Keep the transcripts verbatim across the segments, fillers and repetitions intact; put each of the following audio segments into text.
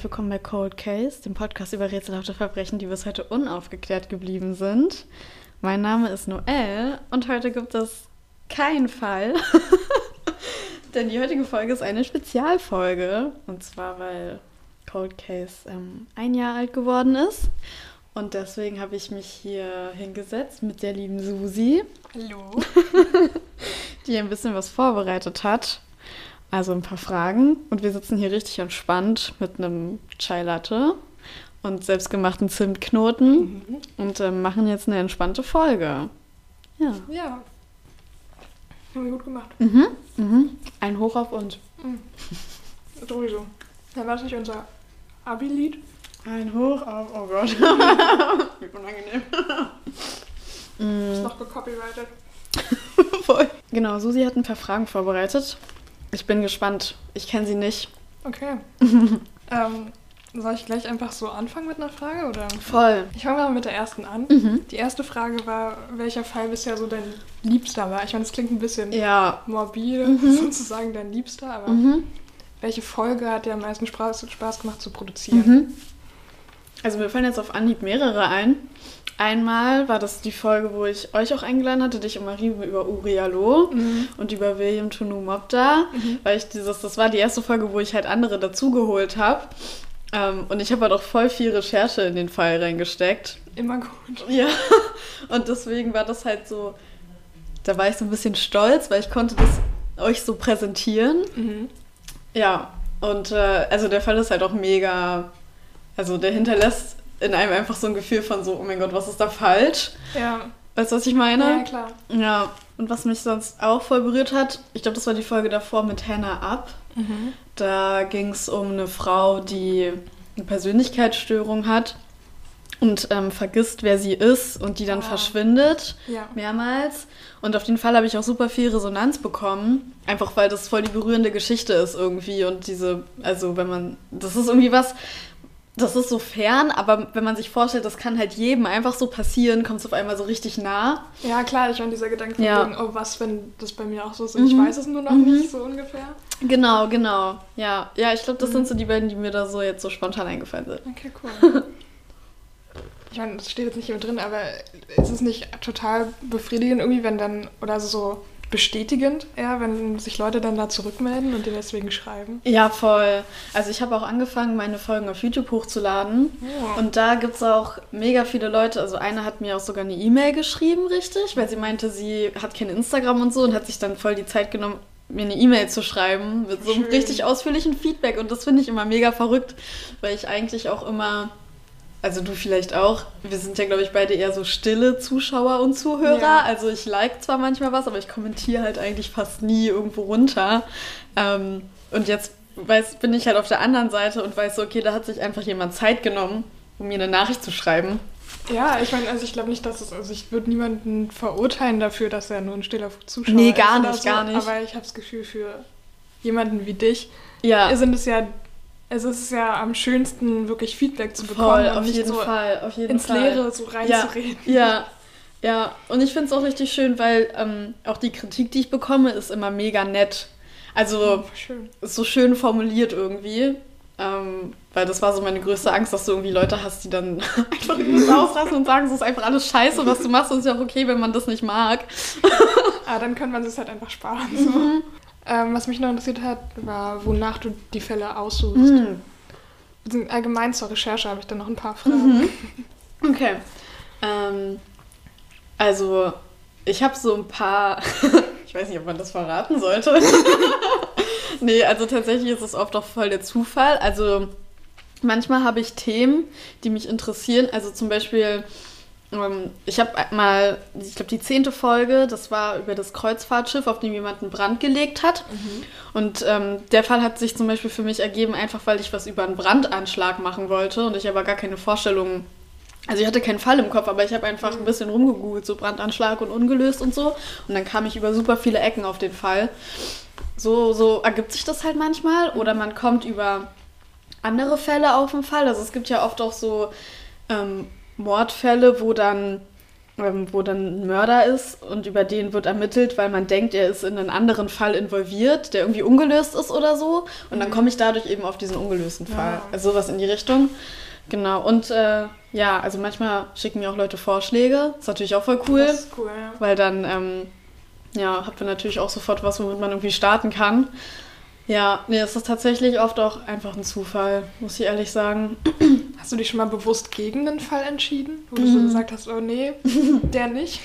willkommen bei Cold Case, dem Podcast über rätselhafte Verbrechen, die bis heute unaufgeklärt geblieben sind. Mein Name ist Noelle und heute gibt es keinen Fall, denn die heutige Folge ist eine Spezialfolge. Und zwar, weil Cold Case ähm, ein Jahr alt geworden ist. Und deswegen habe ich mich hier hingesetzt mit der lieben Susi. Hallo. Die ein bisschen was vorbereitet hat. Also ein paar Fragen. Und wir sitzen hier richtig entspannt mit einem Chai Latte und selbstgemachten Zimtknoten mhm. und äh, machen jetzt eine entspannte Folge. Ja. Ja. Haben wir gut gemacht. Mhm. Mhm. Ein Hoch auf uns. Mhm. Sowieso. Dann war das nicht unser Abi-Lied? Ein Hoch auf... Oh Gott. Wie unangenehm. Ist noch gecopyrightet. Voll. Genau, Susi hat ein paar Fragen vorbereitet. Ich bin gespannt. Ich kenne sie nicht. Okay. ähm, soll ich gleich einfach so anfangen mit einer Frage? Oder? Voll. Ich fange mal mit der ersten an. Mhm. Die erste Frage war, welcher Fall bisher so dein Liebster war? Ich meine, das klingt ein bisschen ja. morbide, mhm. sozusagen dein Liebster, aber mhm. welche Folge hat dir am meisten Spaß, Spaß gemacht zu produzieren? Mhm. Also mir fallen jetzt auf Anhieb mehrere ein. Einmal war das die Folge, wo ich euch auch eingeladen hatte, dich und Marie über Urialo mhm. und über William Tunu Mobda, mhm. weil ich dieses, das war die erste Folge, wo ich halt andere dazugeholt habe. Ähm, und ich habe halt auch voll viel Recherche in den Fall reingesteckt. Immer gut. Ja, und deswegen war das halt so, da war ich so ein bisschen stolz, weil ich konnte das euch so präsentieren. Mhm. Ja, und äh, also der Fall ist halt auch mega, also der hinterlässt in einem einfach so ein Gefühl von so, oh mein Gott, was ist da falsch? Ja. Weißt du, was ich meine? Ja, klar. Ja, und was mich sonst auch voll berührt hat, ich glaube, das war die Folge davor mit Hannah Up. Mhm. Da ging es um eine Frau, die eine Persönlichkeitsstörung hat und ähm, vergisst, wer sie ist und die dann ah. verschwindet, ja. mehrmals. Und auf den Fall habe ich auch super viel Resonanz bekommen, einfach weil das voll die berührende Geschichte ist irgendwie und diese, also wenn man, das ist irgendwie was... Das ist so fern, aber wenn man sich vorstellt, das kann halt jedem einfach so passieren, kommt es auf einmal so richtig nah. Ja, klar, ich meine, dieser Gedanke von ja. wegen, oh, was, wenn das bei mir auch so ist, mhm. ich weiß es nur noch mhm. nicht, so ungefähr. Genau, genau. Ja, ja, ich glaube, das mhm. sind so die beiden, die mir da so jetzt so spontan eingefallen sind. Okay, cool. Ich meine, das steht jetzt nicht hier drin, aber ist es nicht total befriedigend irgendwie, wenn dann, oder so bestätigend, ja, wenn sich Leute dann da zurückmelden und dir deswegen schreiben? Ja, voll. Also ich habe auch angefangen, meine Folgen auf YouTube hochzuladen. Ja. Und da gibt es auch mega viele Leute. Also eine hat mir auch sogar eine E-Mail geschrieben, richtig, weil sie meinte, sie hat kein Instagram und so und hat sich dann voll die Zeit genommen, mir eine E-Mail zu schreiben mit so einem richtig ausführlichen Feedback. Und das finde ich immer mega verrückt, weil ich eigentlich auch immer... Also du vielleicht auch. Wir sind ja, glaube ich, beide eher so stille Zuschauer und Zuhörer. Ja. Also ich like zwar manchmal was, aber ich kommentiere halt eigentlich fast nie irgendwo runter. Ähm, und jetzt weiß, bin ich halt auf der anderen Seite und weiß so, okay, da hat sich einfach jemand Zeit genommen, um mir eine Nachricht zu schreiben. Ja, ich meine, also ich glaube nicht, dass es, also ich würde niemanden verurteilen dafür, dass er nur ein stiller Zuschauer ist. Nee, gar ist nicht, so, gar nicht. Aber ich habe das Gefühl, für jemanden wie dich ja. sind es ja... Also es ist ja am schönsten, wirklich Feedback zu bekommen. Voll, und auf nicht jeden so Fall, auf jeden ins Fall. Leere so reinzureden. Ja, ja, ja. Und ich finde es auch richtig schön, weil ähm, auch die Kritik, die ich bekomme, ist immer mega nett. Also oh, schön. Ist so schön formuliert irgendwie. Ähm, weil das war so meine größte Angst, dass du irgendwie Leute hast, die dann einfach übelst ausrasten und sagen, es ist einfach alles scheiße, was du machst. Und es ist ja auch okay, wenn man das nicht mag. Ah, dann kann man es halt einfach sparen. So. Mhm. Ähm, was mich noch interessiert hat, war, wonach du die Fälle aussuchst. Mhm. Allgemein zur Recherche habe ich dann noch ein paar Fragen. Mhm. Okay. Ähm, also, ich habe so ein paar... ich weiß nicht, ob man das verraten sollte. Nee, also tatsächlich ist es oft auch voll der Zufall. Also, manchmal habe ich Themen, die mich interessieren. Also zum Beispiel... Ich habe mal, ich glaube, die zehnte Folge, das war über das Kreuzfahrtschiff, auf dem jemand einen Brand gelegt hat. Mhm. Und ähm, der Fall hat sich zum Beispiel für mich ergeben, einfach weil ich was über einen Brandanschlag machen wollte und ich aber gar keine Vorstellung, also ich hatte keinen Fall im Kopf, aber ich habe einfach mhm. ein bisschen rumgegoogelt, so Brandanschlag und ungelöst und so. Und dann kam ich über super viele Ecken auf den Fall. So, so ergibt sich das halt manchmal. Oder man kommt über andere Fälle auf den Fall. Also es gibt ja oft auch so... Ähm, Mordfälle, wo dann ähm, wo dann ein Mörder ist und über den wird ermittelt, weil man denkt, er ist in einen anderen Fall involviert, der irgendwie ungelöst ist oder so. Und dann komme ich dadurch eben auf diesen ungelösten Fall. Ja. Also sowas in die Richtung. Genau. Und äh, ja, also manchmal schicken mir auch Leute Vorschläge. Ist natürlich auch voll cool. Das ist cool, ja. Weil dann, ähm, ja, habt ihr natürlich auch sofort was, womit man irgendwie starten kann. Ja, nee, es ist tatsächlich oft auch einfach ein Zufall, muss ich ehrlich sagen. Hast du dich schon mal bewusst gegen den Fall entschieden? Wo du so gesagt hast, oh nee, der nicht?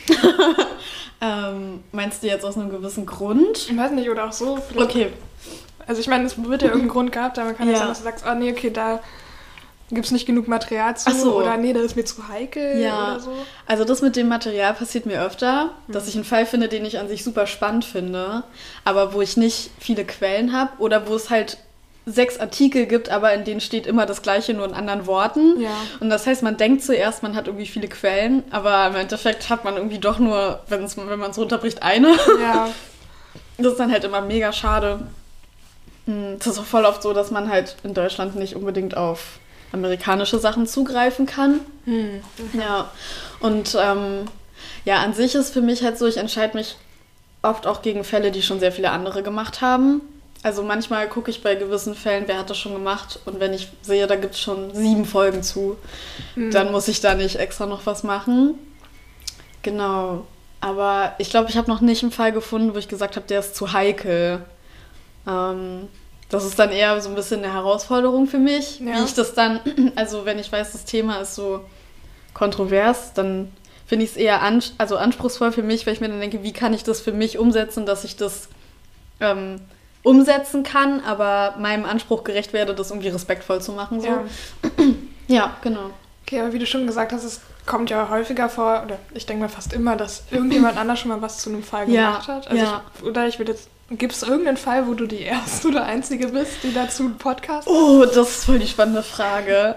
ähm, meinst du jetzt aus einem gewissen Grund? Ich weiß nicht, oder auch so. Vielleicht. Okay. Also ich meine, es wird ja irgendeinen Grund gehabt, aber man kann ja Ja. sagen, dass du sagst, oh nee, okay, da gibt es nicht genug Material zu. Ach so. Oder nee, das ist mir zu heikel Ja, oder so. also das mit dem Material passiert mir öfter, dass ich einen Fall finde, den ich an sich super spannend finde, aber wo ich nicht viele Quellen habe oder wo es halt sechs Artikel gibt, aber in denen steht immer das Gleiche, nur in anderen Worten. Ja. Und das heißt, man denkt zuerst, man hat irgendwie viele Quellen, aber im Endeffekt hat man irgendwie doch nur, wenn's, wenn man es runterbricht, eine. Ja. Das ist dann halt immer mega schade. Hm, Es ist auch voll oft so, dass man halt in Deutschland nicht unbedingt auf amerikanische Sachen zugreifen kann. Hm. Ja, und ähm, ja, an sich ist für mich halt so, ich entscheide mich oft auch gegen Fälle, die schon sehr viele andere gemacht haben. Also manchmal gucke ich bei gewissen Fällen, wer hat das schon gemacht, und wenn ich sehe, da gibt es schon sieben Folgen zu, Hm. dann muss ich da nicht extra noch was machen. Genau, aber ich glaube, ich habe noch nicht einen Fall gefunden, wo ich gesagt habe, der ist zu heikel. Ähm, das ist dann eher so ein bisschen eine Herausforderung für mich, Ja. wie ich das dann, also wenn ich weiß, das Thema ist so kontrovers, dann finde ich es eher an, also anspruchsvoll für mich, weil ich mir dann denke, wie kann ich das für mich umsetzen, dass ich das ähm, umsetzen kann, aber meinem Anspruch gerecht werde, das irgendwie respektvoll zu machen. So. Ja. Ja, genau. Okay, aber wie du schon gesagt hast, es kommt ja häufiger vor, oder ich denke mal fast immer, dass irgendjemand anders schon mal was zu einem Fall Ja, gemacht hat. Also ja. ich, oder ich würde jetzt, gibt es irgendeinen Fall, wo du die erste oder einzige bist, die dazu einen Podcast Oh, das ist voll die spannende Frage.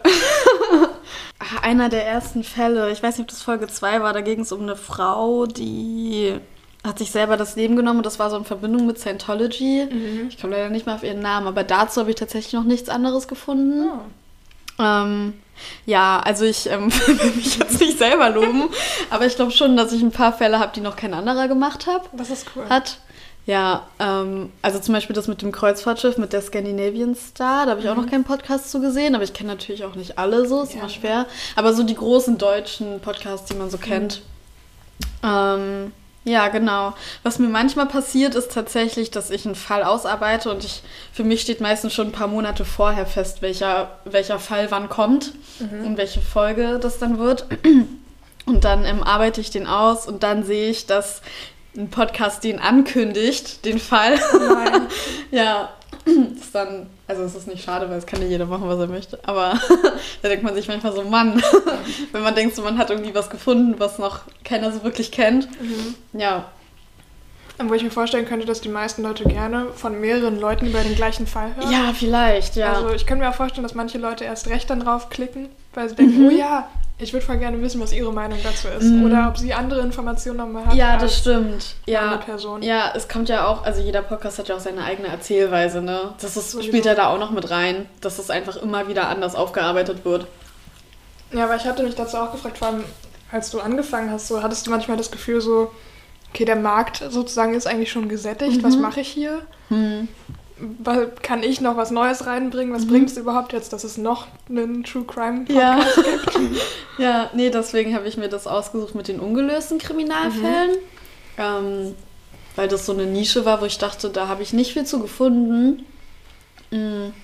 Ah, Einer der ersten Fälle, ich weiß nicht, ob das Folge zwei war, da ging es um eine Frau, die hat sich selber das Leben genommen, und das war so in Verbindung mit Scientology. Mhm. Ich komme leider nicht mehr auf ihren Namen, aber dazu habe ich tatsächlich noch nichts anderes gefunden. Oh. Ähm, ja, also ich ähm, will mich jetzt nicht selber loben, aber ich glaube schon, dass ich ein paar Fälle habe, die noch kein anderer gemacht hat. Das ist cool. hat. Ja, ähm, also zum Beispiel das mit dem Kreuzfahrtschiff, mit der Scandinavian Star, da habe ich auch noch keinen Podcast zu gesehen, aber ich kenne natürlich auch nicht alle so, ist Ja. immer schwer. Aber so die großen deutschen Podcasts, die man so kennt. Ähm, ja, genau. Was mir manchmal passiert, ist tatsächlich, dass ich einen Fall ausarbeite, und ich, für mich steht meistens schon ein paar Monate vorher fest, welcher, welcher Fall wann kommt und welche Folge das dann wird. Und dann ähm, arbeite ich den aus, und dann sehe ich, dass ein Podcast den ankündigt, den Fall. Nein. Ja, das ist dann, also es ist nicht schade, weil es kann ja jeder machen, was er möchte, aber da denkt man sich manchmal so, Mann, wenn man denkt, so, man hat irgendwie was gefunden, was noch keiner so wirklich kennt. Mhm. Ja, Und wo ich mir vorstellen könnte, dass die meisten Leute gerne von mehreren Leuten über den gleichen Fall hören. ja, vielleicht, ja. Also ich könnte mir auch vorstellen, dass manche Leute erst recht dann draufklicken, weil sie denken, Mhm. oh ja, ich würde voll gerne wissen, was ihre Meinung dazu ist. Mhm. Oder ob sie andere Informationen nochmal hat. ja, das als stimmt. eine Ja. Person. Ja, es kommt ja auch, also jeder Podcast hat ja auch seine eigene Erzählweise, ne? Das ist, Sowieso. spielt ja da auch noch mit rein, dass es einfach immer wieder anders aufgearbeitet wird. Ja, aber ich hatte mich dazu auch gefragt, vor allem als du angefangen hast, so hattest du manchmal das Gefühl so, okay, der Markt sozusagen ist eigentlich schon gesättigt, Mhm. was mache ich hier? Hm. Weil, kann ich noch was Neues reinbringen? Was Mhm. bringt es überhaupt jetzt, dass es noch einen True Crime Ja. Podcast gibt? Ja, nee, deswegen habe ich mir das ausgesucht mit den ungelösten Kriminalfällen. Ähm, weil das so eine Nische war, wo ich dachte, da habe ich nicht viel zu gefunden. Mhm.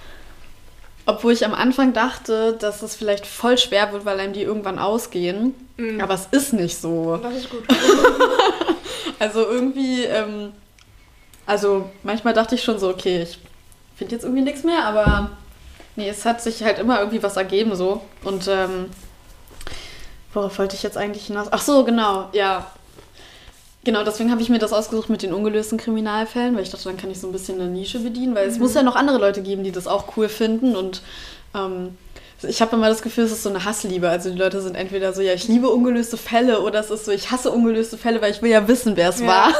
Obwohl ich am Anfang dachte, dass es vielleicht voll schwer wird, weil einem die irgendwann ausgehen. Mhm. Aber es ist nicht so. Das ist gut. Also irgendwie, ähm, also manchmal dachte ich schon so, okay, ich finde jetzt irgendwie nichts mehr, aber nee, es hat sich halt immer irgendwie was ergeben so. Und ähm, worauf wollte ich jetzt eigentlich hinaus? Ach so, genau, ja. Genau, deswegen habe ich mir das ausgesucht mit den ungelösten Kriminalfällen, weil ich dachte, dann kann ich so ein bisschen eine Nische bedienen, weil es muss ja noch andere Leute geben, die das auch cool finden, und ähm, ich habe immer das Gefühl, es ist so eine Hassliebe. Also die Leute sind entweder so, ja, ich liebe ungelöste Fälle, oder es ist so, ich hasse ungelöste Fälle, weil ich will ja wissen, wer es Ja, war.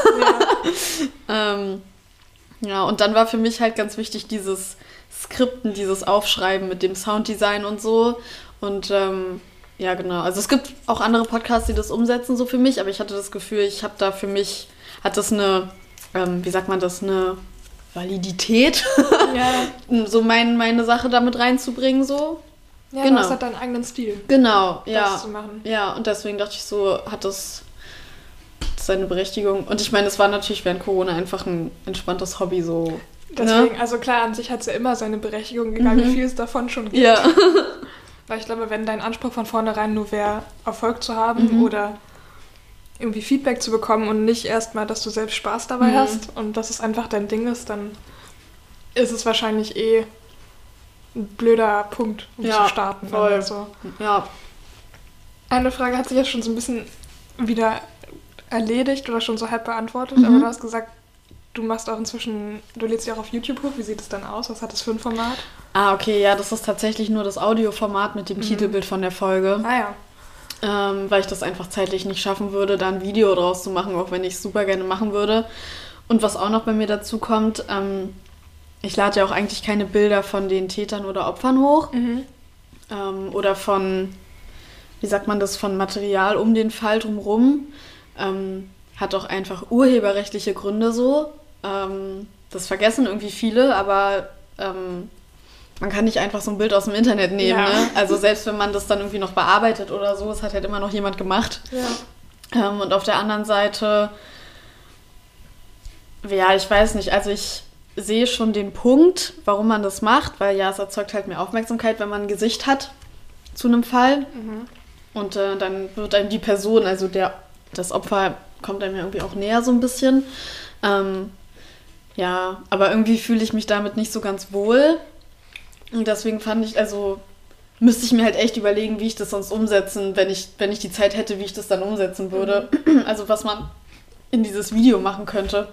ja. ähm, ja, und dann war für mich halt ganz wichtig dieses Skripten, dieses Aufschreiben mit dem Sounddesign und so. Und ähm, Ja, genau. Also es gibt auch andere Podcasts, die das umsetzen, so für mich, aber ich hatte das Gefühl, ich habe da für mich, hat das eine, ähm, wie sagt man das, eine Validität, Ja. so mein, meine Sache damit reinzubringen, so. Ja, genau. du hast halt deinen eigenen Stil. Genau, ja. Das zu machen. Ja, und deswegen dachte ich so, hat das seine Berechtigung. Und ich meine, es war natürlich während Corona einfach ein entspanntes Hobby, so. Deswegen, ne? also klar, an sich hat es ja immer seine Berechtigung, egal Mhm. wie viel es davon schon gibt. Ja. Weil ich glaube, wenn dein Anspruch von vornherein nur wäre, Erfolg zu haben Mhm. oder irgendwie Feedback zu bekommen und nicht erstmal, dass du selbst Spaß dabei Mhm. hast und dass es einfach dein Ding ist, dann ist es wahrscheinlich eh ein blöder Punkt, um Ja, zu starten. voll. Dann so. Ja. Eine Frage hat sich jetzt schon so ein bisschen wieder erledigt oder schon so halb beantwortet, Mhm. aber du hast gesagt, du machst auch inzwischen, du lädst ja auch auf YouTube hoch. Wie sieht es dann aus? Was hat das für ein Format? Ah, okay, ja, das ist tatsächlich nur das Audioformat mit dem Mhm. Titelbild von der Folge. Ah ja. Ähm, weil ich das einfach zeitlich nicht schaffen würde, da ein Video draus zu machen, auch wenn ich es super gerne machen würde. Und was auch noch bei mir dazu kommt, ähm, ich lade ja auch eigentlich keine Bilder von den Tätern oder Opfern hoch. Mhm. Ähm, oder von, wie sagt man das, von Material um den Fall drumherum. Ähm, hat auch einfach urheberrechtliche Gründe so. Ähm, das vergessen irgendwie viele, aber ähm, man kann nicht einfach so ein Bild aus dem Internet nehmen. Ja. Ne? Also selbst wenn man das dann irgendwie noch bearbeitet oder so, es hat halt immer noch jemand gemacht. Ja. Ähm, und auf der anderen Seite, ja, ich weiß nicht, also ich sehe schon den Punkt, warum man das macht, weil ja, es erzeugt halt mehr Aufmerksamkeit, wenn man ein Gesicht hat zu einem Fall. Mhm. Und äh, dann wird einem die Person, also der, das Opfer kommt einem ja irgendwie auch näher so ein bisschen. Ähm, ja, aber irgendwie fühle ich mich damit nicht so ganz wohl. Und deswegen fand ich, also müsste ich mir halt echt überlegen, wie ich das sonst umsetzen, wenn ich, wenn ich die Zeit hätte, wie ich das dann umsetzen würde. Also was man in dieses Video machen könnte.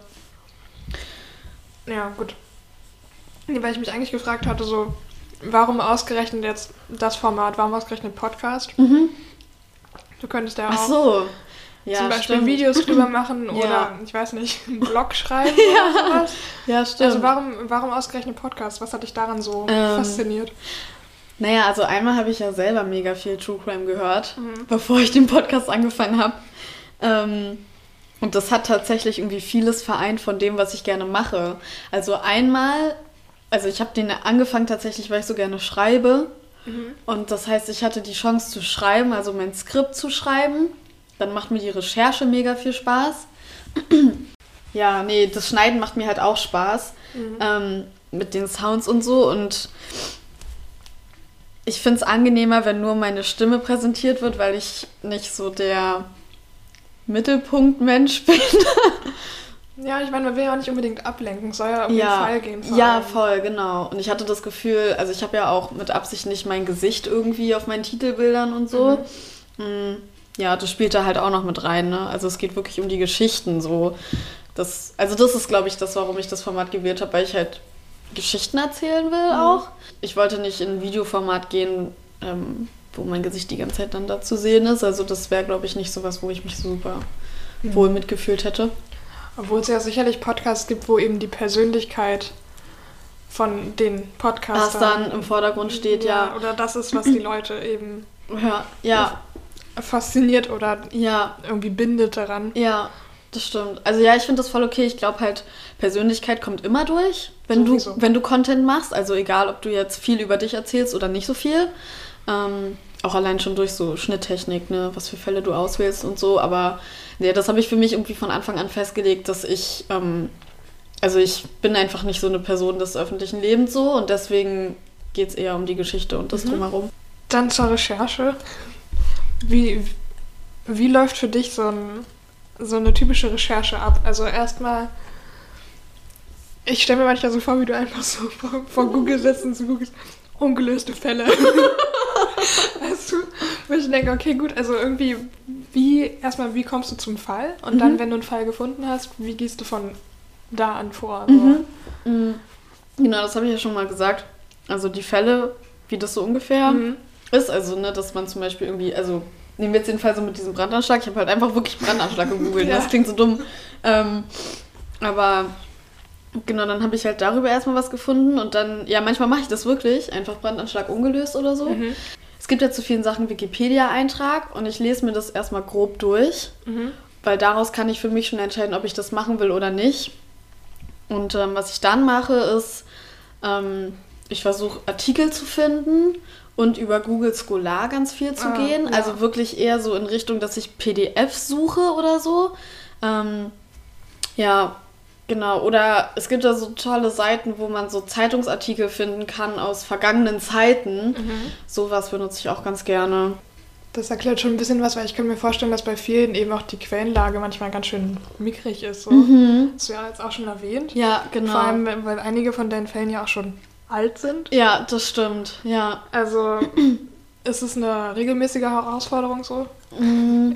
Ja, gut. Nee, weil ich mich eigentlich gefragt hatte, so, warum ausgerechnet jetzt das Format, warum ausgerechnet Podcast? Mhm. Du könntest ja auch Ach so. Ja, zum Beispiel stimmt. Videos drüber machen Ja. oder, ich weiß nicht, einen Blog schreiben oder sowas. Ja, stimmt. Also warum, warum ausgerechnet Podcast? Was hat dich daran so Ähm, fasziniert? Naja, also einmal habe ich ja selber mega viel True Crime gehört, Mhm. bevor ich den Podcast angefangen habe. Ähm, und das hat tatsächlich irgendwie vieles vereint von dem, was ich gerne mache. Also einmal, also ich habe den angefangen tatsächlich, weil ich so gerne schreibe. Mhm. Und das heißt, ich hatte die Chance zu schreiben, also mein Skript zu schreiben. Dann macht mir die Recherche mega viel Spaß. Ja, nee, das Schneiden macht mir halt auch Spaß. Mhm. Ähm, mit den Sounds und so. Und ich finde es angenehmer, wenn nur meine Stimme präsentiert wird, weil ich nicht so der Mittelpunktmensch bin. Ja, ich meine, man will ja auch nicht unbedingt ablenken, es soll ja um den Fall gehen. vor ja, allem. voll, genau. Und ich hatte das Gefühl, also ich habe ja auch mit Absicht nicht mein Gesicht irgendwie auf meinen Titelbildern und so. Mhm. Ja, das spielt da halt auch noch mit rein, ne? Also es geht wirklich um die Geschichten so. Das, also das ist, glaube ich, das, warum ich das Format gewählt habe, weil ich halt Geschichten erzählen will Mhm. auch. Ich wollte nicht in ein Videoformat gehen, ähm, wo mein Gesicht die ganze Zeit dann da zu sehen ist. Also das wäre, glaube ich, nicht so was, wo ich mich super Mhm. wohl mitgefühlt hätte. Obwohl es ja sicherlich Podcasts gibt, wo eben die Persönlichkeit von den Was Podcastern dann im Vordergrund steht, ja. oder das ist, was die Leute eben Ja, ja, fasziniert oder ja, irgendwie bindet daran. ja, das stimmt. Also ja, ich finde das voll okay. Ich glaube halt, Persönlichkeit kommt immer durch, wenn du, Sowieso. wenn du Content machst. Also egal, ob du jetzt viel über dich erzählst oder nicht so viel. Ähm, auch allein schon durch so Schnitttechnik, ne, was für Fälle du auswählst und so. Aber nee, das habe ich für mich irgendwie von Anfang an festgelegt, dass ich, ähm, also ich bin einfach nicht so eine Person des öffentlichen Lebens so und deswegen geht es eher um die Geschichte und das Mhm. drumherum. Dann zur Recherche. Wie, wie läuft für dich so, ein, so eine typische Recherche ab? Also erstmal, ich stelle mir manchmal so vor, wie du einfach so vor, vor Google sitzt und so googelst, ungelöste Fälle. Weißt du? Wo ich denke, okay, gut, also irgendwie, wie, erstmal, wie kommst du zum Fall? Und Mhm. dann, wenn du einen Fall gefunden hast, wie gehst du von da an vor? So. Mhm. Mhm. Genau, das habe ich ja schon mal gesagt. Also die Fälle, wie das so ungefähr Mhm. ist, also ne, dass man zum Beispiel irgendwie, also nehmen wir jetzt den Fall so mit diesem Brandanschlag, ich habe halt einfach wirklich Brandanschlag gegoogelt, Ja. das klingt so dumm. Ähm, aber genau, dann habe ich halt darüber erstmal was gefunden und dann, ja, manchmal mache ich das wirklich, einfach Brandanschlag ungelöst oder so. Mhm. es gibt ja zu vielen Sachen Wikipedia-Eintrag und ich lese mir das erstmal grob durch, Mhm. weil daraus kann ich für mich schon entscheiden, ob ich das machen will oder nicht. Und ähm, was ich dann mache, ist, ähm, ich versuche Artikel zu finden und über Google Scholar ganz viel zu Ah, gehen. ja. Also wirklich eher so in Richtung, dass ich P D Fs suche oder so. Ähm, ja, genau. Oder es gibt da so tolle Seiten, wo man so Zeitungsartikel finden kann aus vergangenen Zeiten. Mhm. Sowas benutze ich auch ganz gerne. Das erklärt schon ein bisschen was, weil ich kann mir vorstellen, dass bei vielen eben auch die Quellenlage manchmal ganz schön mickrig ist. So. Mhm. Hast du ja jetzt auch schon erwähnt. Ja, genau. Vor allem, weil einige von deinen Fällen ja auch schon alt sind. Ja, das stimmt. Ja. Also ist es eine regelmäßige Herausforderung so? Mm.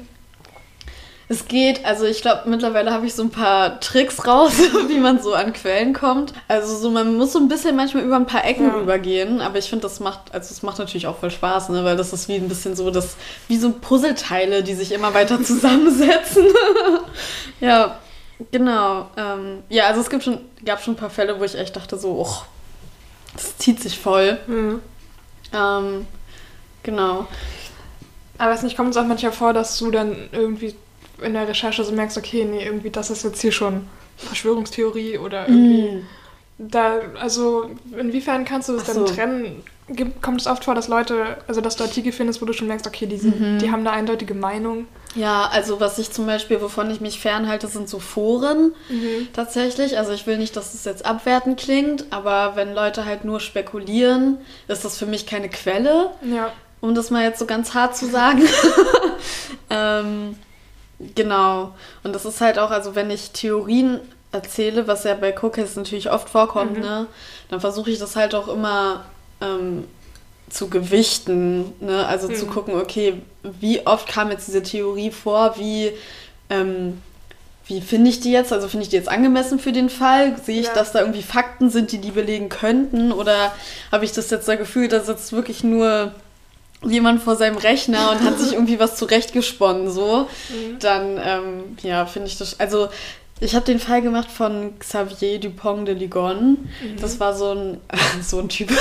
Es geht, also ich glaube, mittlerweile habe ich so ein paar Tricks raus, wie man so an Quellen kommt. Also so, man muss so ein bisschen manchmal über ein paar Ecken Ja. rübergehen, aber ich finde, das macht, also es macht natürlich auch voll Spaß, ne? Weil das ist wie ein bisschen so, das, wie so Puzzleteile, die sich immer weiter zusammensetzen. Ja, genau. Ähm, ja, also es gibt schon, gab schon ein paar Fälle, wo ich echt dachte so, oh, das zieht sich voll. Mhm. Ähm, genau. Aber es nicht, kommt es auch manchmal vor, dass du dann irgendwie in der Recherche so merkst, okay, nee, irgendwie das ist jetzt hier schon Verschwörungstheorie oder irgendwie Mm. da, also inwiefern kannst du das Ach dann so. trennen? Gibt, kommt es oft vor, dass Leute, also dass du Artikel findest, wo du schon merkst, okay, die, sind, Mhm. die haben eine eindeutige Meinung. Ja, also was ich zum Beispiel, wovon ich mich fernhalte, sind so Foren Mhm. tatsächlich. Also ich will nicht, dass es jetzt abwertend klingt, aber wenn Leute halt nur spekulieren, ist das für mich keine Quelle, Ja. um das mal jetzt so ganz hart zu sagen. ähm, genau. Und das ist halt auch, also wenn ich Theorien erzähle, was ja bei Cookcase natürlich oft vorkommt, Mhm. ne, dann versuche ich das halt auch immer ähm, zu gewichten, ne? Also zu Mhm. gucken, okay, wie oft kam jetzt diese Theorie vor, wie, ähm, wie finde ich die jetzt? Also finde ich die jetzt angemessen für den Fall? Sehe ich, Ja. dass da irgendwie Fakten sind, die die belegen könnten? Oder habe ich das jetzt das Gefühl, da sitzt wirklich nur jemand vor seinem Rechner und hat sich irgendwie was zurechtgesponnen, so? Mhm. Dann, ähm, ja, finde ich das, also ich habe den Fall gemacht von Xavier Dupont de Ligonnès. Mhm. Das war so ein, so ein Typ.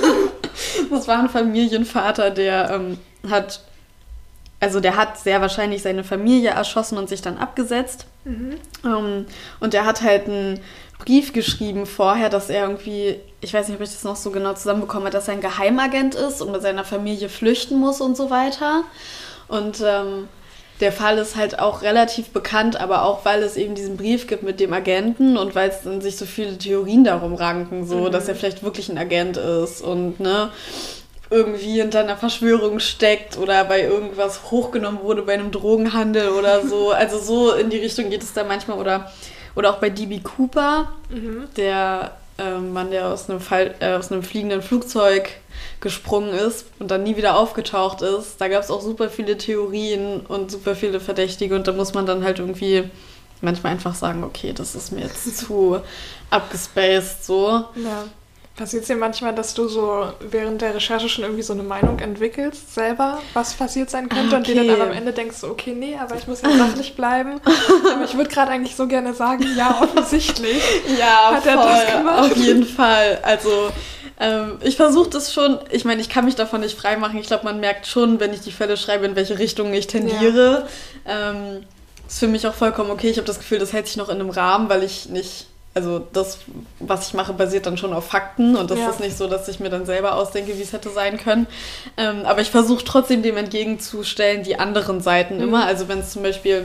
Das war ein Familienvater, der ähm, hat, also der hat sehr wahrscheinlich seine Familie erschossen und sich dann abgesetzt. Mhm. Ähm, und der hat halt einen Brief geschrieben vorher, dass er irgendwie, ich weiß nicht, ob ich das noch so genau zusammenbekommen habe, dass er ein Geheimagent ist und mit seiner Familie flüchten muss und so weiter. Und ähm, der Fall ist halt auch relativ bekannt, aber auch, weil es eben diesen Brief gibt mit dem Agenten und weil es dann sich so viele Theorien darum ranken, so, Mhm. dass er vielleicht wirklich ein Agent ist und, ne, irgendwie hinter einer Verschwörung steckt oder bei irgendwas hochgenommen wurde, bei einem Drogenhandel oder so. Also so in die Richtung geht es da manchmal. Oder, oder auch bei D B Cooper, Mhm. der ähm, Mann, der aus einem, Fall, äh, aus einem fliegenden Flugzeug gesprungen ist und dann nie wieder aufgetaucht ist. Da gab es auch super viele Theorien und super viele Verdächtige und da muss man dann halt irgendwie manchmal einfach sagen, okay, das ist mir jetzt zu abgespaced, so. Ja. Passiert es dir manchmal, dass du so während der Recherche schon irgendwie so eine Meinung entwickelst, selber, was passiert sein könnte, Ah, und dir dann okay. aber am Ende denkst, so, okay, nee, aber ich muss ja sachlich bleiben. Aber ich würde gerade eigentlich so gerne sagen, ja, offensichtlich. Ja, Hat er voll, das gemacht? auf jeden Fall. Also ähm, ich versuche das schon, ich meine, ich kann mich davon nicht freimachen. Ich glaube, man merkt schon, wenn ich die Fälle schreibe, in welche Richtung ich tendiere. Ähm, ist für mich auch vollkommen okay. Ich habe das Gefühl, das hält sich noch in einem Rahmen, weil ich nicht, also das, was ich mache, basiert dann schon auf Fakten und das Ja. ist nicht so, dass ich mir dann selber ausdenke, wie es hätte sein können. Ähm, aber ich versuche trotzdem dem entgegenzustellen, die anderen Seiten Mhm. immer. Also wenn es zum Beispiel,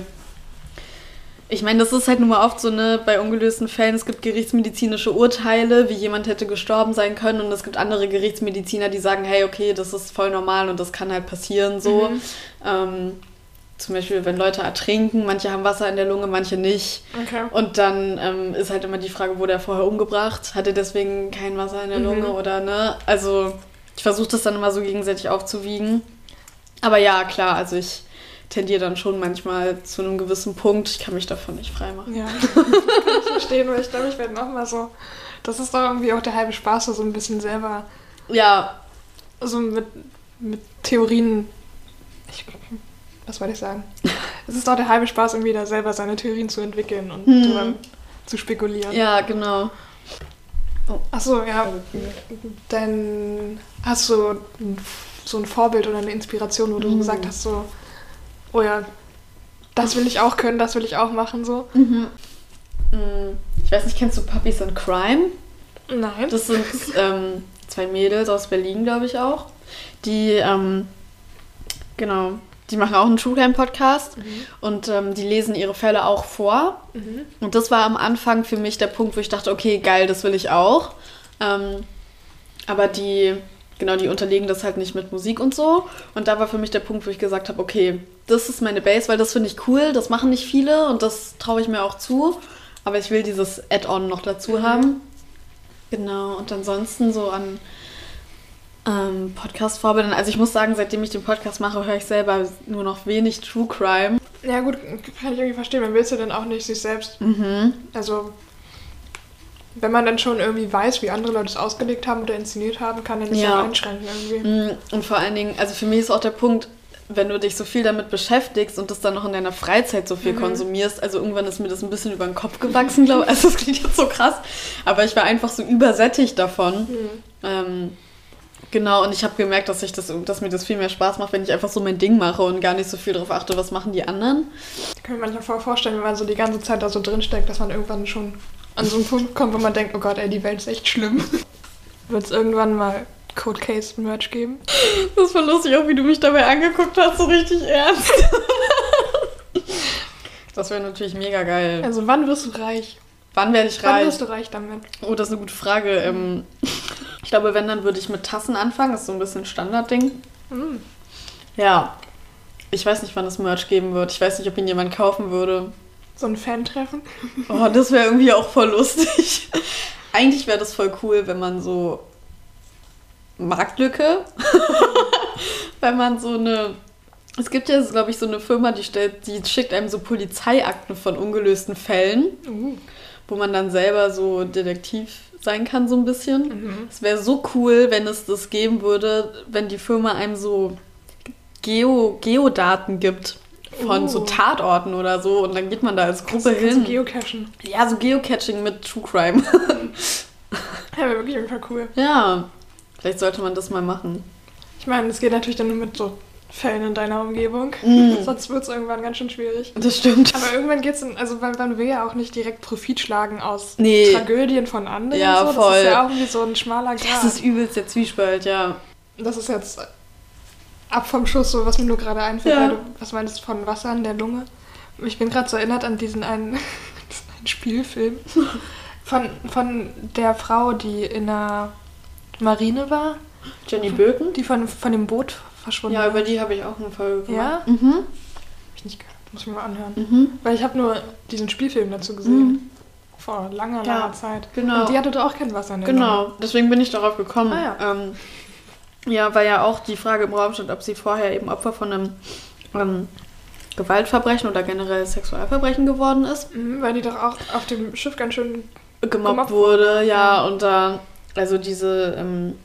ich meine, das ist halt nun mal oft so, ne, bei ungelösten Fällen, es gibt gerichtsmedizinische Urteile, wie jemand hätte gestorben sein können und es gibt andere Gerichtsmediziner, die sagen, hey, okay, das ist voll normal und das kann halt passieren so. Mhm. Ähm, zum Beispiel, wenn Leute ertrinken, manche haben Wasser in der Lunge, manche nicht. Okay. Und dann ähm, ist halt immer die Frage, wurde er vorher umgebracht? Hat er deswegen kein Wasser in der Mhm. Lunge oder ne? Also ich versuche das dann immer so gegenseitig aufzuwiegen. Aber ja, klar, also ich tendiere dann schon manchmal zu einem gewissen Punkt. Ich kann mich davon nicht freimachen. Ja, kann ich verstehen, weil ich glaube, ich werde noch mal so, das ist doch irgendwie auch der halbe Spaß, so ein bisschen selber, Ja, so mit, mit Theorien, ich, was wollte ich sagen? Es ist doch der halbe Spaß, irgendwie da selber seine Theorien zu entwickeln und Hm. drüber zu spekulieren. ja, genau. Achso, ja, dann hast du so ein Vorbild oder eine Inspiration, wo du mhm. gesagt hast, so, oh ja, das will ich auch können, das will ich auch machen, so? Mhm. Ich weiß nicht, kennst du Puppies in Crime? Nein. Das sind ähm, zwei Mädels aus Berlin, glaube ich auch. Die, ähm, genau, die machen auch einen True Crime Podcast mhm. und ähm, die lesen ihre Fälle auch vor. Mhm. Und das war am Anfang für mich der Punkt, wo ich dachte, okay, geil, das will ich auch. Ähm, aber die, genau, die unterlegen das halt nicht mit Musik und so. Und da war für mich der Punkt, wo ich gesagt habe, okay, das ist meine Base, weil das finde ich cool, das machen nicht viele und das traue ich mir auch zu. Aber ich will dieses Add-on noch dazu mhm. haben. Genau, und ansonsten so an ähm, Podcast-Vorbildern. Also ich muss sagen, seitdem ich den Podcast mache, höre ich selber nur noch wenig True Crime. Ja gut, kann ich irgendwie verstehen. Man will es ja dann auch nicht sich selbst. Mhm. Also wenn man dann schon irgendwie weiß, wie andere Leute es ausgelegt haben oder inszeniert haben, kann dann nicht ja so einschränken irgendwie. Und vor allen Dingen, also für mich ist auch der Punkt, wenn du dich so viel damit beschäftigst und das dann noch in deiner Freizeit so viel mhm. konsumierst, also irgendwann ist mir das ein bisschen über den Kopf gewachsen, glaube ich. Also das klingt jetzt so krass, aber ich war einfach so übersättigt davon. Mhm. Ähm, genau, und ich habe gemerkt, dass, ich das, dass mir das viel mehr Spaß macht, wenn ich einfach so mein Ding mache und gar nicht so viel darauf achte, was machen die anderen. Ich kann mir manchmal voll vorstellen, wenn man so die ganze Zeit da so drin steckt, dass man irgendwann schon an so einen Punkt kommt, wo man denkt, oh Gott, ey, die Welt ist echt schlimm. Wird es irgendwann mal Cold Case Merch geben? Das war lustig, auch wie du mich dabei angeguckt hast, so richtig ernst. Das wäre natürlich mega geil. Also wann wirst du reich? Wann werde ich reich? Wann wirst du reich damit? Oh, das ist eine gute Frage. Ähm, ich glaube, wenn, dann würde ich mit Tassen anfangen. Das ist so ein bisschen Standardding. Mm. Ja. Ich weiß nicht, wann es Merch geben wird. Ich weiß nicht, ob ihn jemand kaufen würde. So ein Fan-Treffen? Oh, das wäre irgendwie auch voll lustig. Eigentlich wäre das voll cool, wenn man so Marktlücke, wenn man so eine, es gibt ja, glaube ich, so eine Firma, die stellt, die schickt einem so Polizeiakten von ungelösten Fällen, uh. wo man dann selber so Detektiv sein kann, so ein bisschen. Es mhm. wäre so cool, wenn es das geben würde, wenn die Firma einem so Geo, Geodaten gibt von uh. so Tatorten oder so und dann geht man da als Gruppe kannst, hin. Kannst du geocachen? Ja, so Geocaching mit True Crime. Ja, wäre wirklich einfach cool. Ja, vielleicht sollte man das mal machen. Ich meine, es geht natürlich dann nur mit so Fällen in deiner Umgebung. Mm. Sonst wird es irgendwann ganz schön schwierig. Das stimmt. Aber irgendwann geht es, also weil man will ja auch nicht direkt Profit schlagen aus nee. Tragödien von anderen. Ja, und so. voll. Das ist ja auch irgendwie so ein schmaler Grat. Das ist übelst der Zwiespalt, ja. Das ist jetzt ab vom Schuss, so was mir nur gerade einfällt, ja. weil du was meinst von Wasser in der Lunge. Ich bin gerade so erinnert an diesen einen, diesen einen Spielfilm von, von der Frau, die in der Marine war. Jenny Birken? Die von, von dem Boot verschwunden Ja, über die habe ich auch eine Folge gemacht. Ja? Mhm. Hab ich nicht gehört. Muss ich mir mal anhören. Mhm. Weil ich habe nur diesen Spielfilm dazu gesehen. Mhm. Vor langer, langer ja, Zeit. Genau. Und die hatte doch auch kein Wasser in der Genau, Lunge. deswegen bin ich darauf gekommen. Ah, ja. Ähm, ja, weil ja auch die Frage im Raum stand, ob sie vorher eben Opfer von einem ähm, Gewaltverbrechen oder generell Sexualverbrechen geworden ist. Mhm, weil die doch auch auf dem Schiff ganz schön gemobbt, gemobbt wurde. Ja, ja. Und da, also diese, ähm,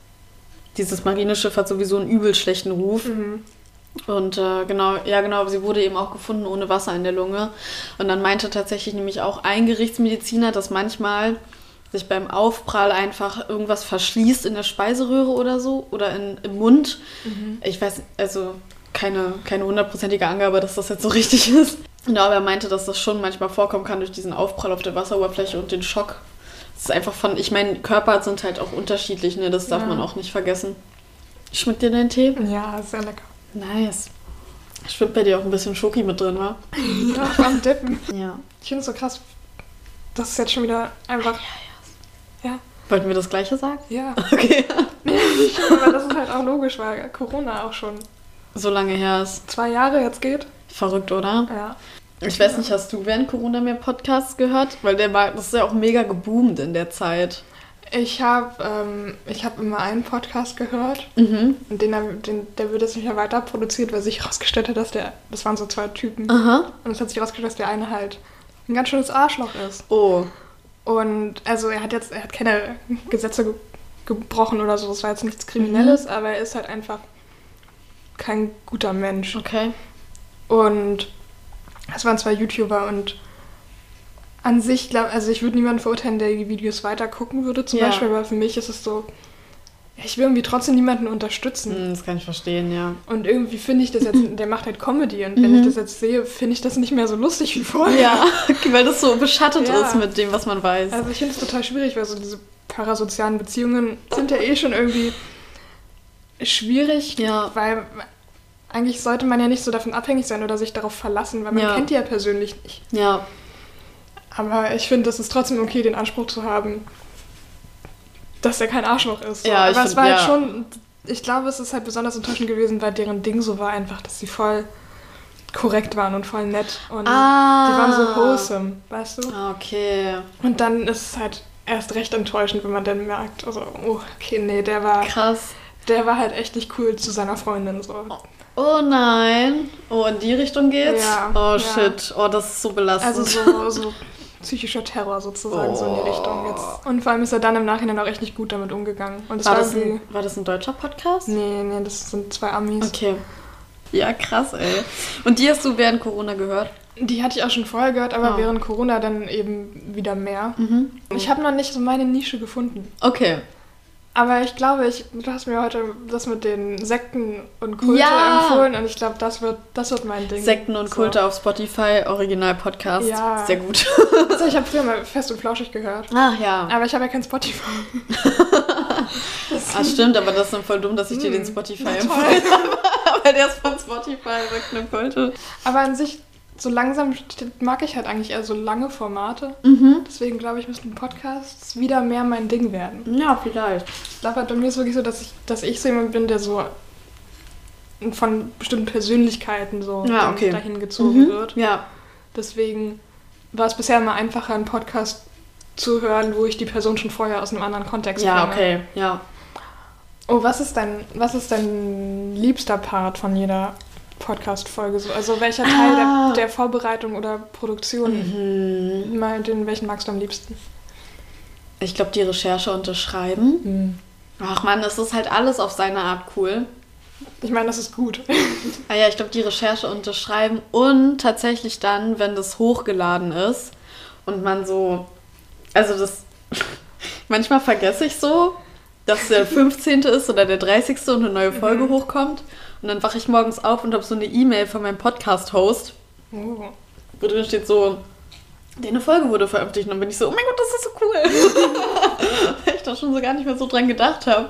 dieses Marineschiff hat sowieso einen übel schlechten Ruf. Mhm. Und äh, genau, ja genau, sie wurde eben auch gefunden ohne Wasser in der Lunge. Und dann meinte tatsächlich nämlich auch ein Gerichtsmediziner, dass manchmal sich beim Aufprall einfach irgendwas verschließt in der Speiseröhre oder so oder in, im Mund. Mhm. Ich weiß, also keine, keine hundertprozentige Angabe, dass das jetzt so richtig ist. Genau, aber er meinte, dass das schon manchmal vorkommen kann durch diesen Aufprall auf der Wasseroberfläche und den Schock. Das ist einfach von, ich meine, Körper sind halt auch unterschiedlich, ne? Das darf ja. man auch nicht vergessen. Schmeckt dir dein Tee? Ja, sehr lecker. Nice. Schwimmt bei dir auch ein bisschen Schoki mit drin, wa? Ja, beim Dippen. Ja. Ich finde es so krass, das ist jetzt schon wieder einfach... Ja, ja. ja. Wollten wir das Gleiche sagen? Ja. Okay. Aber das ist halt auch logisch, weil Corona auch schon so lange her ist. Zwei Jahre jetzt geht. Verrückt, oder? Ja. Ich weiß nicht, hast du während Corona mehr Podcasts gehört? Weil der war, das ist ja auch mega geboomt in der Zeit. Ich habe ähm, ich hab immer einen Podcast gehört. Mhm. Und den, den, der wird jetzt nicht mehr weiter produziert, weil sich herausgestellt hat, dass der, das waren so zwei Typen. Aha. Und es hat sich herausgestellt, dass der eine halt ein ganz schönes Arschloch ist. Oh. Und also er hat jetzt, er hat keine Gesetze ge- gebrochen oder so, das war jetzt nichts Kriminelles, mhm. aber er ist halt einfach kein guter Mensch. Okay. Und es waren zwei YouTuber und an sich, glaub, also ich würde niemanden verurteilen, der die Videos weiter gucken würde, zum ja. Beispiel, aber für mich ist es so, ich will irgendwie trotzdem niemanden unterstützen. Hm, das kann ich verstehen, ja. Und irgendwie finde ich das jetzt, der macht halt Comedy und wenn Mhm. ich das jetzt sehe, finde ich das nicht mehr so lustig wie vorher. Ja, weil das so beschattet Ja. ist mit dem, was man weiß. Also ich finde es total schwierig, weil so diese parasozialen Beziehungen sind ja eh schon irgendwie schwierig, Ja. weil eigentlich sollte man ja nicht so davon abhängig sein oder sich darauf verlassen, weil man Ja. kennt die ja persönlich nicht. Ja, Aber ich finde, es ist trotzdem okay, den Anspruch zu haben, dass er kein Arschloch ist. So. Ja, ich Aber es find- war halt ja. schon, ich glaube, es ist halt besonders enttäuschend gewesen, weil deren Ding so war einfach, dass sie voll korrekt waren und voll nett. Und ah. die waren so wholesome, weißt du? Ah, okay. Und dann ist es halt erst recht enttäuschend, wenn man dann merkt, also, oh, okay, nee, der war, Krass. der war halt echt nicht cool zu seiner Freundin. So. Oh nein. Oh, in die Richtung geht's? Ja, Oh ja. shit. Oh, das ist so belastend. Also so, so psychischer Terror sozusagen, so in die Oh. Richtung jetzt. Und vor allem ist er dann im Nachhinein auch echt nicht gut damit umgegangen. Und es war, war, das irgendwie... ein, war das ein deutscher Podcast? Nee, nee, das sind zwei Amis. Okay. Ja, krass, ey. Und die hast du während Corona gehört? Die hatte ich auch schon vorher gehört, aber Ah. während Corona dann eben wieder mehr. Mhm. Ich habe noch nicht so meine Nische gefunden. Okay. Aber ich glaube, ich, du hast mir heute das mit den Sekten und Kulte Ja. empfohlen und ich glaube, das wird, das wird mein Ding. Sekten und Kulte auf Spotify, Original-Podcast. Ja. Sehr gut. So. Also ich habe früher mal Fest und Flauschig gehört. Ach ja. Aber ich habe ja kein Spotify. Ah, stimmt, aber das ist dann voll dumm, dass ich dir den Hm. Spotify Na, empfohlen habe. Weil der ist von Spotify, Sekten und Kulte. Aber an sich, so langsam mag ich halt eigentlich eher so lange Formate. Mhm. Deswegen glaube ich, müssten Podcasts wieder mehr mein Ding werden. Ja, vielleicht. Ich glaube halt bei mir ist es wirklich so, dass ich, dass ich so jemand bin, der so von bestimmten Persönlichkeiten so Ja, okay. dahin gezogen Mhm. wird. Ja. Deswegen war es bisher immer einfacher, einen Podcast zu hören, wo ich die Person schon vorher aus einem anderen Kontext Ja, kenne. okay. Ja. Oh, was ist dein, was ist dein liebster Part von jeder Podcast-Folge? So? Also welcher Teil Ah. der, der Vorbereitung oder Produktion, Mhm. mal den, welchen magst du am liebsten? Ich glaube, die Recherche und das Schreiben. Ach man, es ist halt alles auf seine Art cool. Ich meine, das ist gut. Ah ja, ich glaube, die Recherche und das Schreiben und tatsächlich dann, wenn das hochgeladen ist und man so, also das, manchmal vergesse ich so, dass der fünfzehnte ist oder der dreißigste und eine neue Folge Mhm. hochkommt und dann wache ich morgens auf und habe so eine E-Mail von meinem Podcast-Host, Oh. wo drin steht so, deine Folge wurde veröffentlicht und dann bin ich so, oh mein Gott, das ist so cool. Weil ich da schon so gar nicht mehr so dran gedacht habe.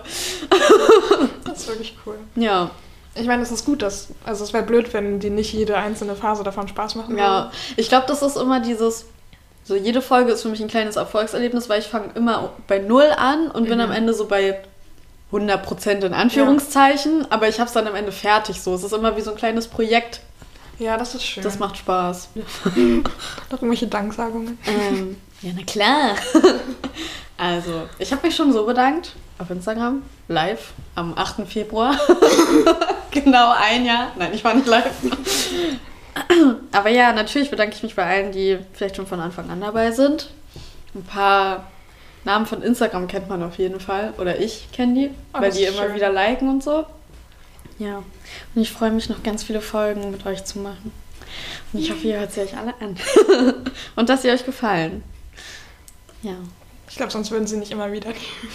Das ist wirklich cool. Ja. Ich meine, es ist gut, dass, also es wäre blöd, wenn die nicht jede einzelne Phase davon Spaß machen Ja, ich glaube, das ist immer dieses, so jede Folge ist für mich ein kleines Erfolgserlebnis, weil ich fange immer bei Null an und bin Mhm. am Ende so bei hundert Prozent in Anführungszeichen, aber ich habe es dann am Ende fertig so. Es ist immer wie so ein kleines Projekt. Ja, das ist schön. Das macht Spaß. Noch irgendwelche Danksagungen. ähm, ja, na klar. Also, ich habe mich schon so bedankt auf Instagram, live, am achten Februar. Genau ein Jahr. Nein, ich war nicht live. Aber ja, natürlich bedanke ich mich bei allen, die vielleicht schon von Anfang an dabei sind. Ein paar Namen von Instagram kennt man auf jeden Fall. Oder ich kenne die, Oh, weil das die ist immer schön. wieder liken und so. Ja, und ich freue mich noch ganz viele Folgen mit euch zu machen. Und ich hoffe, ihr hört sie euch alle an. Und dass sie euch gefallen. Ja. Ich glaube, sonst würden sie nicht immer wieder.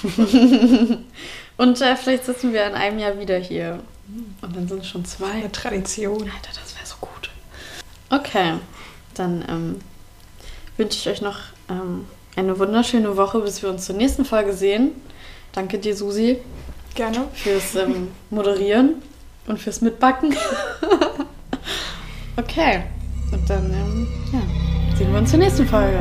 Und äh, vielleicht sitzen wir in einem Jahr wieder hier. Und dann sind es schon zwei. Eine Tradition. Alter, das wäre so gut. Okay, dann ähm, wünsche ich euch noch ähm, eine wunderschöne Woche, bis wir uns zur nächsten Folge sehen. Danke dir, Susi, Gerne. fürs ähm, Moderieren und fürs Mitbacken. Okay, und dann ähm, ja, sehen wir uns zur nächsten Folge.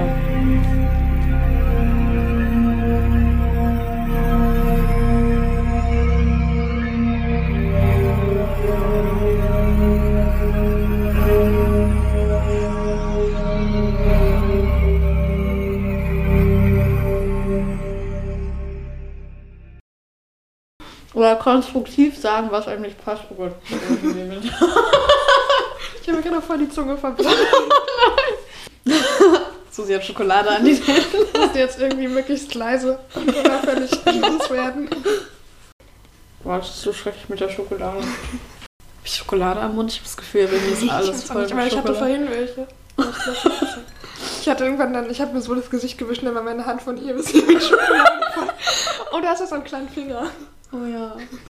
Oder konstruktiv sagen, was eigentlich passt. Oh Gott. Ich habe mir gerade voll die Zunge verbrannt. Susi hat Schokolade an die Zähne. Ich musste jetzt irgendwie möglichst leise und unauffällig loswerden. Boah, das ist so schrecklich mit der Schokolade. Hab ich Schokolade am Mund? Ich habe das Gefühl, bei mir ist Ich alles weiß auch voll nicht, mit aber ich hatte Schokolade. vorhin welche. Ich hatte irgendwann dann, ich habe mir so das Gesicht gewischt, dann war meine Hand von ihr bis hier mit Schokolade voll. Oh, du hast ja so einen kleinen Finger. Oh ja.